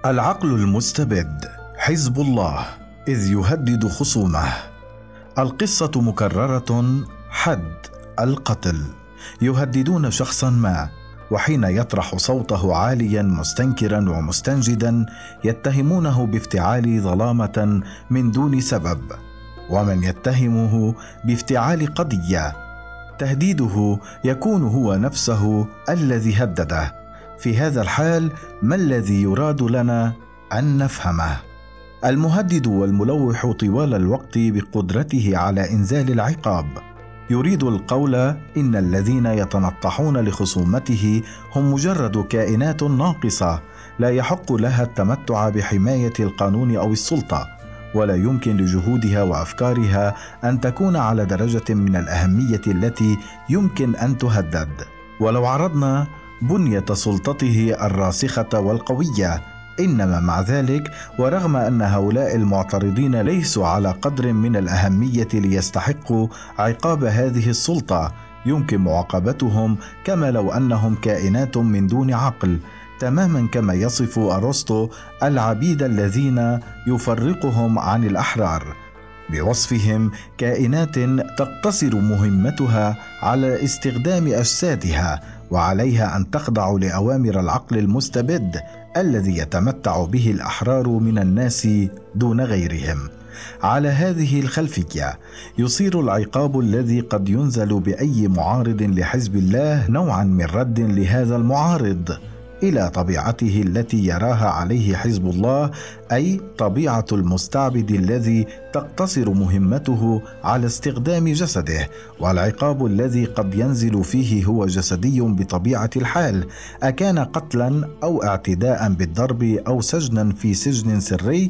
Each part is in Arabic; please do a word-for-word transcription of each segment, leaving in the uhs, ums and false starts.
العقل المستبد، حزب الله إذ يهدد خصومه. القصة مكررة، حد القتل. يهددون شخصا ما، وحين يطرح صوته عاليا مستنكرا ومستنجدا يتهمونه بافتعال ظلامة من دون سبب، ومن يتهمه بافتعال قضية. تهديده يكون هو نفسه الذي هدده. في هذا الحال ما الذي يراد لنا أن نفهمه؟ المهدد والملوح طوال الوقت بقدرته على إنزال العقاب يريد القول إن الذين يتنطحون لخصومته هم مجرد كائنات ناقصة لا يحق لها التمتع بحماية القانون أو السلطة، ولا يمكن لجهودها وأفكارها أن تكون على درجة من الأهمية التي يمكن أن تهدد. ولو عرضنا بنية سلطته الراسخة والقوية، إنما مع ذلك ورغم أن هؤلاء المعترضين ليسوا على قدر من الأهمية ليستحقوا عقاب هذه السلطة، يمكن معاقبتهم كما لو أنهم كائنات من دون عقل، تماما كما يصف أرسطو العبيد الذين يفرقهم عن الأحرار بوصفهم كائنات تقتصر مهمتها على استخدام أجسادها، وعليها أن تخضع لأوامر العقل المستبد الذي يتمتع به الأحرار من الناس دون غيرهم. على هذه الخلفية يصير العقاب الذي قد ينزل بأي معارض لحزب الله نوعا من رد لهذا المعارض إلى طبيعته التي يراها عليه حزب الله، أي طبيعة المستعبد الذي تقتصر مهمته على استخدام جسده. والعقاب الذي قد ينزل فيه هو جسدي بطبيعة الحال، أكان قتلا أو اعتداء بالضرب أو سجنا في سجن سري،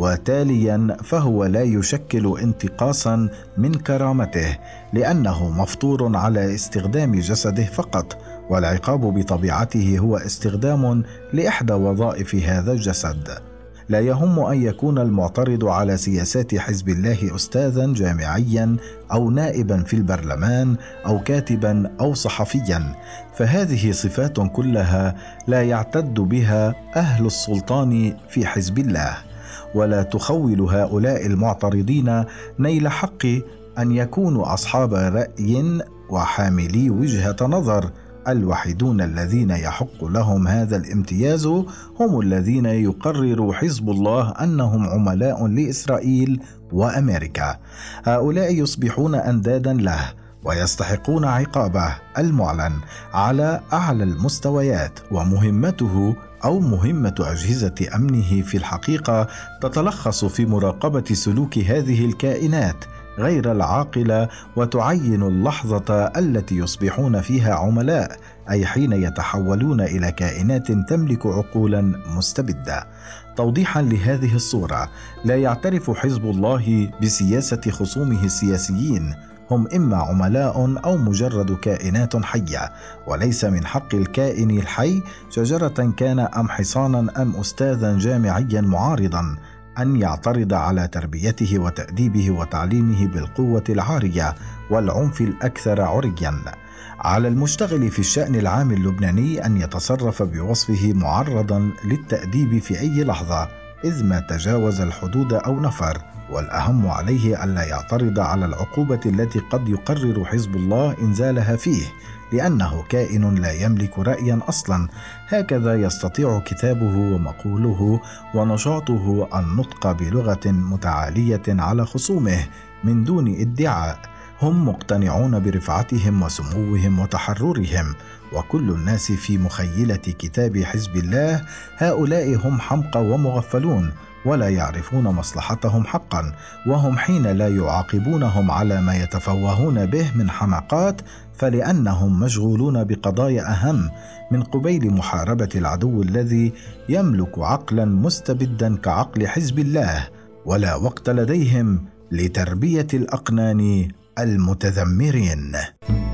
وتاليا فهو لا يشكل انتقاصا من كرامته لأنه مفطور على استخدام جسده فقط، والعقاب بطبيعته هو استخدام لإحدى وظائف هذا الجسد. لا يهم أن يكون المعترض على سياسات حزب الله أستاذا جامعيا أو نائبا في البرلمان أو كاتبا أو صحفيا، فهذه صفات كلها لا يعتد بها أهل السلطان في حزب الله، ولا تخول هؤلاء المعترضين نيل حق أن يكونوا أصحاب رأي وحاملي وجهة نظر. الوحيدون الذين يحق لهم هذا الامتياز هم الذين يقرر حزب الله أنهم عملاء لإسرائيل وأمريكا. هؤلاء يصبحون أندادا له ويستحقون عقابه المعلن على أعلى المستويات. ومهمته أو مهمة أجهزة أمنه في الحقيقة تتلخص في مراقبة سلوك هذه الكائنات غير العاقلة، وتعين اللحظة التي يصبحون فيها عملاء، أي حين يتحولون إلى كائنات تملك عقولا مستبدة. توضيحا لهذه الصورة، لا يعترف حزب الله بسياسة خصومه السياسيين، هم إما عملاء أو مجرد كائنات حية، وليس من حق الكائن الحي شجرة كان أم حصانا أم أستاذا جامعيا معارضا أن يعترض على تربيته وتأديبه وتعليمه بالقوة العارية والعنف الأكثر عريا. على المشتغل في الشأن العام اللبناني أن يتصرف بوصفه معرضا للتأديب في أي لحظة إذ ما تجاوز الحدود أو نفر، والأهم عليه ألا يعترض على العقوبة التي قد يقرر حزب الله إنزالها فيه، لأنه كائن لا يملك رأيا أصلا. هكذا يستطيع كتابه ومقوله ونشاطه النطق بلغة متعالية على خصومه من دون ادعاء. هم مقتنعون برفعتهم وسموهم وتحررهم، وكل الناس في مخيلة كتاب حزب الله هؤلاء هم حمقى ومغفلون ولا يعرفون مصلحتهم حقا، وهم حين لا يعاقبونهم على ما يتفوهون به من حماقات فلأنهم مشغولون بقضايا أهم من قبيل محاربة العدو الذي يملك عقلا مستبدا كعقل حزب الله، ولا وقت لديهم لتربية الأقنان المتذمرين.